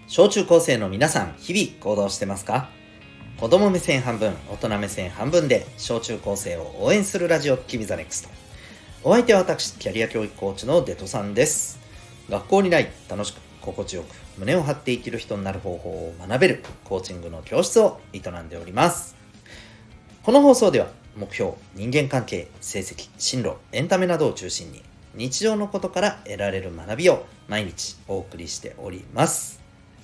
小中高生の皆さん、日々行動してますか？子供目線半分、大人目線半分で小中高生を応援するラジオキビザネクスト。お相手は私、キャリア教育コーチのデトさんです。学校にない楽しく心地よく胸を張って生きる人になる方法を学べるコーチングの教室を営んでおります。この放送では目標、人間関係、成績、進路、エンタメなどを中心に日常のことから得られる学びを毎日お送りしております。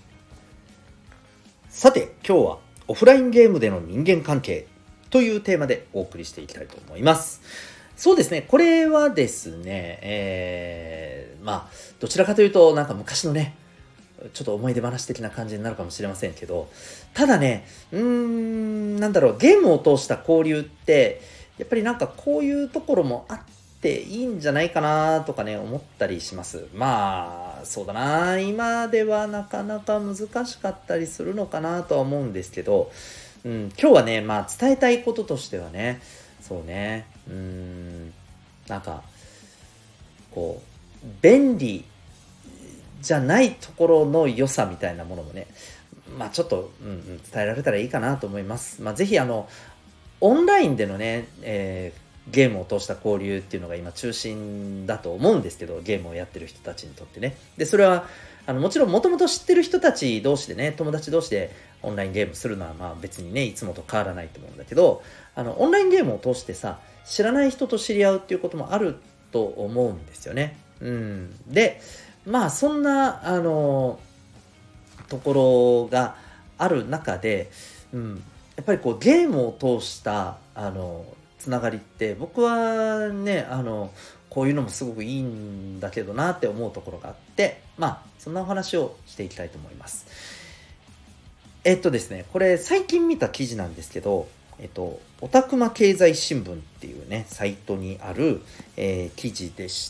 さて、今日はオフラインゲームでの人間関係というテーマでお送りしていきたいと思います。そうですね、これはですね、どちらかというとなんか昔のね、ちょっと思い出話的な感じになるかもしれませんけど、ただね、ゲームを通した交流ってやっぱりなんかこういうところもあっていいんじゃないかなとかね、思ったりします。そうだな、今ではなかなか難しかったりするのかなとは思うんですけど、今日はね、伝えたいこととしてはね、そうね、なんかこう便利じゃないところの良さみたいなものもね、ちょっと、伝えられたらいいかなと思います。ぜひオンラインでのね、ゲームを通した交流っていうのが今中心だと思うんですけど、ゲームをやってる人たちにとってね。で、それはもちろんもともと知ってる人たち同士でね、友達同士でオンラインゲームするのは別にね、いつもと変わらないと思うんだけど、オンラインゲームを通してさ、知らない人と知り合うっていうこともあると思うんですよね。で、そんなところがある中で、やっぱりこうゲームを通したつながりって僕はね、こういうのもすごくいいんだけどなって思うところがあって、そんなお話をしていきたいと思います。ですね、これ最近見た記事なんですけど、オタクマ経済新聞っていうねサイトにある、記事でして、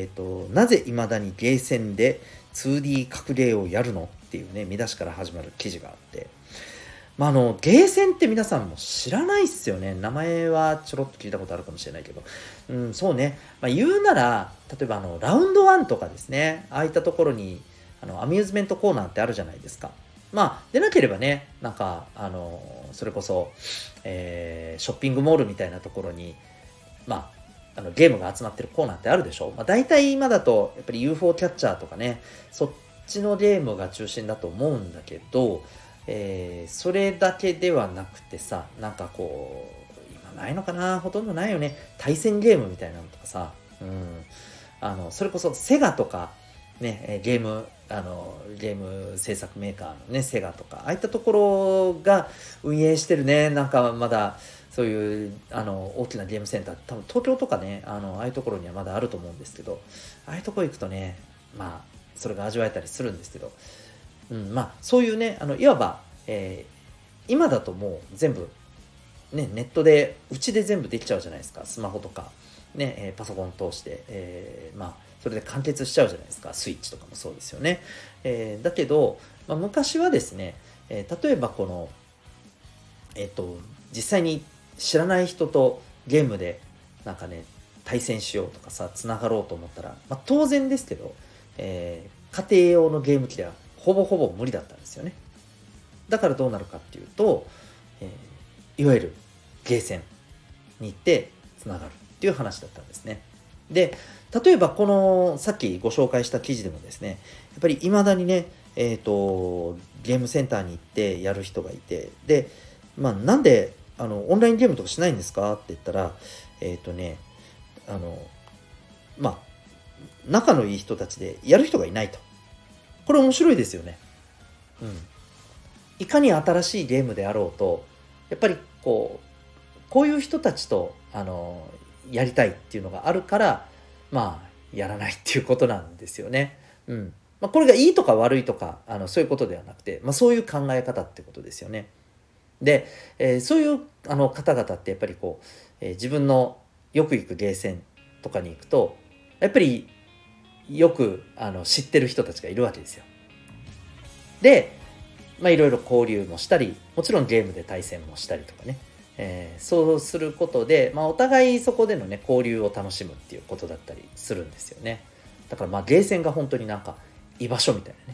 なぜ未だにゲーセンで 2D 格ゲーをやるのっていうね見出しから始まる記事があって、ゲーセンって皆さんも知らないっすよね。名前はちょろっと聞いたことあるかもしれないけど、そうね、言うなら例えばラウンドワンとかですね、ああいったところにアミューズメントコーナーってあるじゃないですか。でなければね、それこそ、ショッピングモールみたいなところにゲームが集まってるコーナーってあるでしょ。大体今だとやっぱり UFO キャッチャーとかね、そっちのゲームが中心だと思うんだけど、それだけではなくてさ、今ないのかな、ほとんどないよね。対戦ゲームみたいなのとかさ、それこそセガとかね、ゲーム制作メーカーのね、セガとか、ああいったところが運営してるね、まだそういう大きなゲームセンター、多分東京とかね、ああいうところにはまだあると思うんですけど、ああいうところ行くとね、それが味わえたりするんですけど、そういうね、いわば、今だともう全部ね、ネットでうちで全部できちゃうじゃないですか。スマホとかね、パソコン通して、それで完結しちゃうじゃないですか。スイッチとかもそうですよね。だけど、昔はですね、例えばこの実際に知らない人とゲームで対戦しようとかさ、つながろうと思ったら、当然ですけど、家庭用のゲーム機ではほぼほぼ無理だったんですよね。だからどうなるかっていうと、いわゆるゲーセンに行ってつながるっていう話だったんですね。で、例えばこのさっきご紹介した記事でもですね、やっぱり未だにね、ゲームセンターに行ってやる人がいて、で、なんでオンラインゲームとかしないんですかって言ったら、仲のいい人たちでやる人がいないと。これ面白いですよね。いかに新しいゲームであろうと、やっぱりこういう人たちとやりたいっていうのがあるから、やらないっていうことなんですよね。これがいいとか悪いとかそういうことではなくて、そういう考え方ってことですよね。で、そういう方々ってやっぱり自分のよく行くゲーセンとかに行くと、やっぱりよく知ってる人たちがいるわけですよ。で、いろいろ交流もしたり、もちろんゲームで対戦もしたりとかね、そうすることで、お互いそこでのね交流を楽しむっていうことだったりするんですよね。だからゲーセンが本当に居場所みたいなね、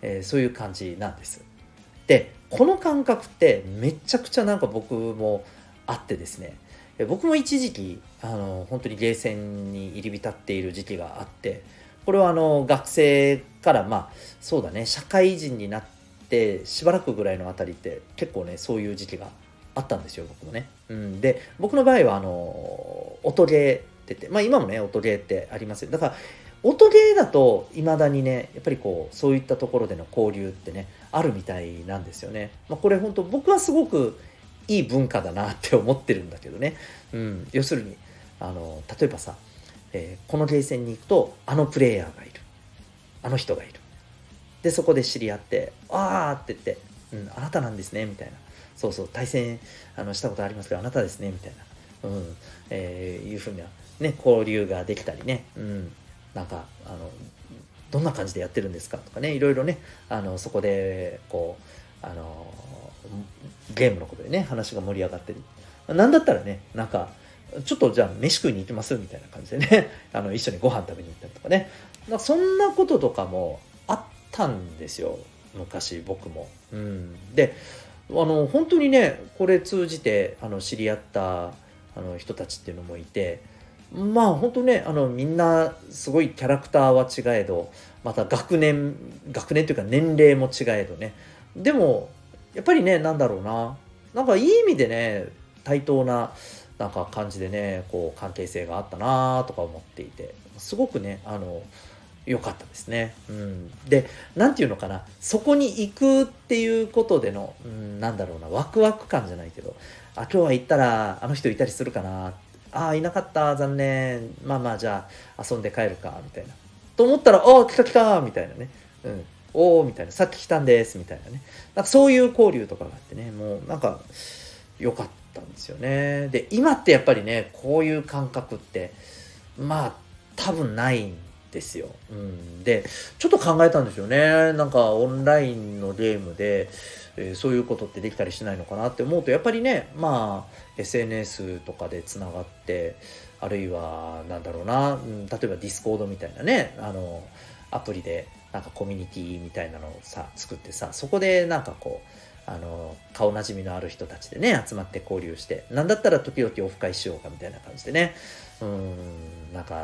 そういう感じなんです。で、この感覚ってめちゃくちゃなんか僕もあってですね、僕も一時期本当にゲーセンに入り浸っている時期があって、これは学生からそうだね、社会人になってしばらくぐらいのあたりって結構ねそういう時期があったんですよ、僕もね。で、僕の場合は音ゲーって言って、今もね音ゲーってありますよ。だから音ゲーだと未だにね、やっぱりこうそういったところでの交流ってねあるみたいなんですよね。これ本当僕はすごくいい文化だなって思ってるんだけどね。要するに例えばさ、このゲーセンに行くとあのプレイヤーがいる、あの人がいる。でそこで知り合って、あーって言って、あなたなんですねみたいな。そうそう、対戦したことありますけどあなたですねみたいな、いうふうなね交流ができたりね。なんかどんな感じでやってるんですかとかね、いろいろねそこでこうゲームのことでね話が盛り上がってる。なんだったらね、なんかちょっとじゃあ飯食いに行きますみたいな感じでね一緒にご飯食べに行ったりとかね、そんなこととかもあったんですよ、昔僕も。で本当にねこれ通じて知り合った人たちっていうのもいて、本当ねみんなすごいキャラクターは違えど、また学年というか年齢も違えどね、でもやっぱりね、なんだろうな、なんかいい意味でね対等ななんか感じでねこう関係性があったなとか思っていて、すごくね良かったですね。で、なんていうのかな、そこに行くっていうことでの、なんだろうな、ワクワク感じゃないけど、今日は行ったらあの人いたりするかな、いなかった、残念、じゃあ遊んで帰るかみたいなと思ったら、来た来たみたいなね、おーみたいな、さっき来たんですみたいなね、なんかそういう交流とかがあってね、もうなんか良かったんですよね。で、今ってやっぱりねこういう感覚って多分ないんですよ。で、ちょっと考えたんですよね。なんかオンラインのゲームで、そういうことってできたりしないのかなって思うと、やっぱりね、SNS とかでつながって、あるいはなんだろうな、例えばディスコードみたいなね、アプリでなんかコミュニティみたいなのをさ作ってさ、そこでなんかこう顔なじみのある人たちでね集まって交流して、なんだったら時々オフ会しようかみたいな感じでね、なんか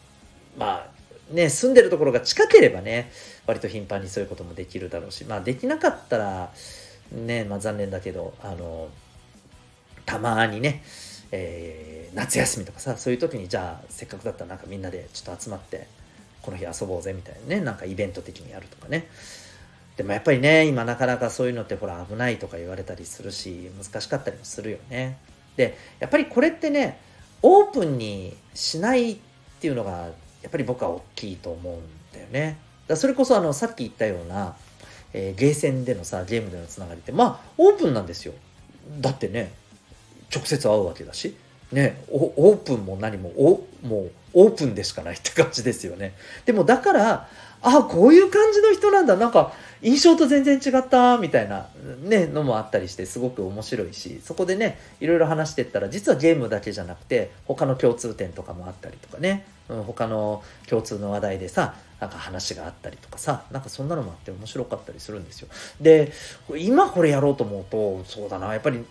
住んでるところが近ければね割と頻繁にそういうこともできるだろうし、できなかったらね、残念だけどたまにね、夏休みとかさ、そういう時にじゃあせっかくだったらなんかみんなでちょっと集まってこの日遊ぼうぜみたいなね、なんかイベント的にやるとかね。でもやっぱりね今なかなかそういうのってほら危ないとか言われたりするし、難しかったりもするよね。でやっぱりこれってねオープンにしないっていうのがやっぱり僕は大きいと思うんだよね。それこそさっき言ったような、ゲーセンでのさゲームでのつながりってオープンなんですよ。だってね直接会うわけだしね、オープンも何ももうオープンでしかないって感じですよね。でもだからこういう感じの人なんだ、なんか印象と全然違ったみたいなねのもあったりして、すごく面白いし、そこでねいろいろ話してったら実はゲームだけじゃなくて他の共通点とかもあったりとかね、他の共通の話題でさなんか話があったりとかさ、なんかそんなのもあって面白かったりするんですよ。で今これやろうと思うと、そうだな、やっぱり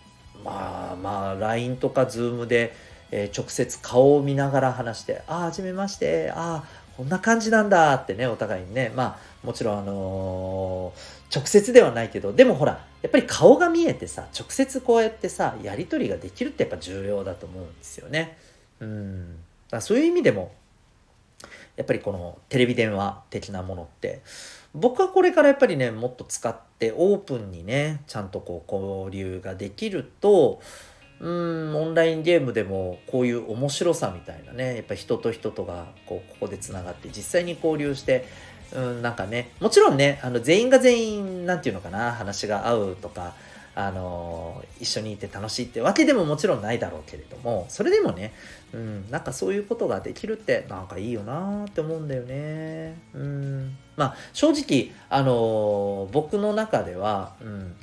LINE とか Zoom で、直接顔を見ながら話して、はじめまして、こんな感じなんだってね、お互いにね、もちろん直接ではないけど、でもほら、やっぱり顔が見えてさ、直接こうやってさ、やり取りができるってやっぱ重要だと思うんですよね。だからそういう意味でも、やっぱりこのテレビ電話的なものって、僕はこれからやっぱりねもっと使ってオープンにねちゃんとこう交流ができると、オンラインゲームでもこういう面白さみたいなね、やっぱ人と人とがここでつながって実際に交流して、なんかね、もちろんね全員が全員なんていうのかな、話が合うとか一緒にいて楽しいってわけでももちろんないだろうけれども、それでもね、なんかそういうことができるってなんかいいよなーって思うんだよね。正直僕の中では、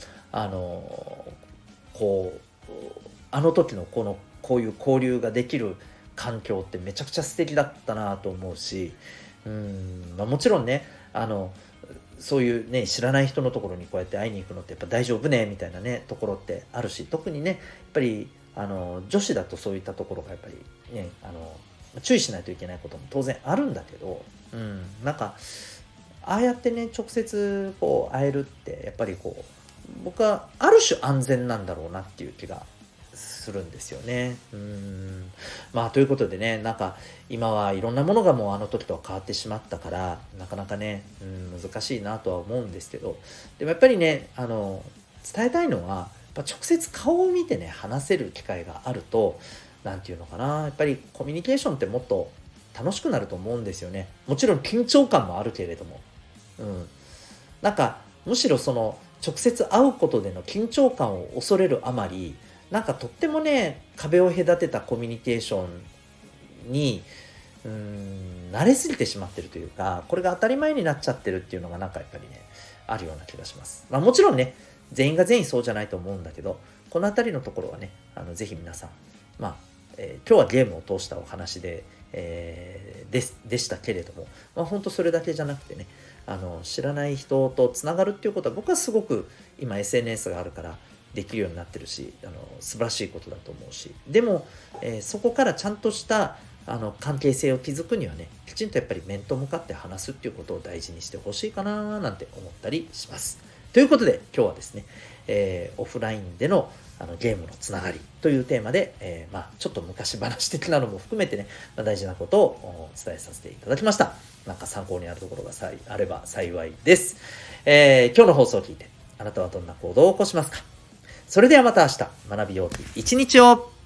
こうあの時のこういう交流ができる環境ってめちゃくちゃ素敵だったなと思うし、もちろんねそういうね、知らない人のところにこうやって会いに行くのってやっぱ大丈夫ねみたいなね、ところってあるし、特にね、やっぱり、女子だとそういったところがやっぱりね、注意しないといけないことも当然あるんだけど、なんか、ああやってね、直接こう会えるって、やっぱりこう、僕はある種安全なんだろうなっていう気がするんですよね。まあということでね、なんか今はいろんなものがもうあの時とは変わってしまったから、なかなかね、難しいなとは思うんですけど、でもやっぱりね、伝えたいのは、やっぱ直接顔を見てね、話せる機会があると、なんていうのかな、やっぱりコミュニケーションってもっと楽しくなると思うんですよね。もちろん緊張感もあるけれども。うん。なんか、むしろその、直接会うことでの緊張感を恐れるあまり、なんかとってもね、壁を隔てたコミュニケーションに、慣れすぎてしまってるというか、これが当たり前になっちゃってるっていうのがなんかやっぱりね、あるような気がします。まあもちろんね、全員が全員そうじゃないと思うんだけど、このあたりのところはね、ぜひ皆さん、まあ、今日はゲームを通したお話で、でしたけれども、まあ本当それだけじゃなくてね、知らない人とつながるっていうことは僕はすごく今 SNS があるからできるようになってるし、素晴らしいことだと思うし、でも、そこからちゃんとした関係性を築くにはね、きちんとやっぱり面と向かって話すっていうことを大事にしてほしいかななんて思ったりします。ということで今日はですね、オフラインでのゲームのつながりというテーマで、ちょっと昔話的なのも含めてね、大事なことをお伝えさせていただきました。なんか参考になるところがあれば幸いです。今日の放送を聞いてあなたはどんな行動を起こしますか？それではまた明日、学びようという一日を。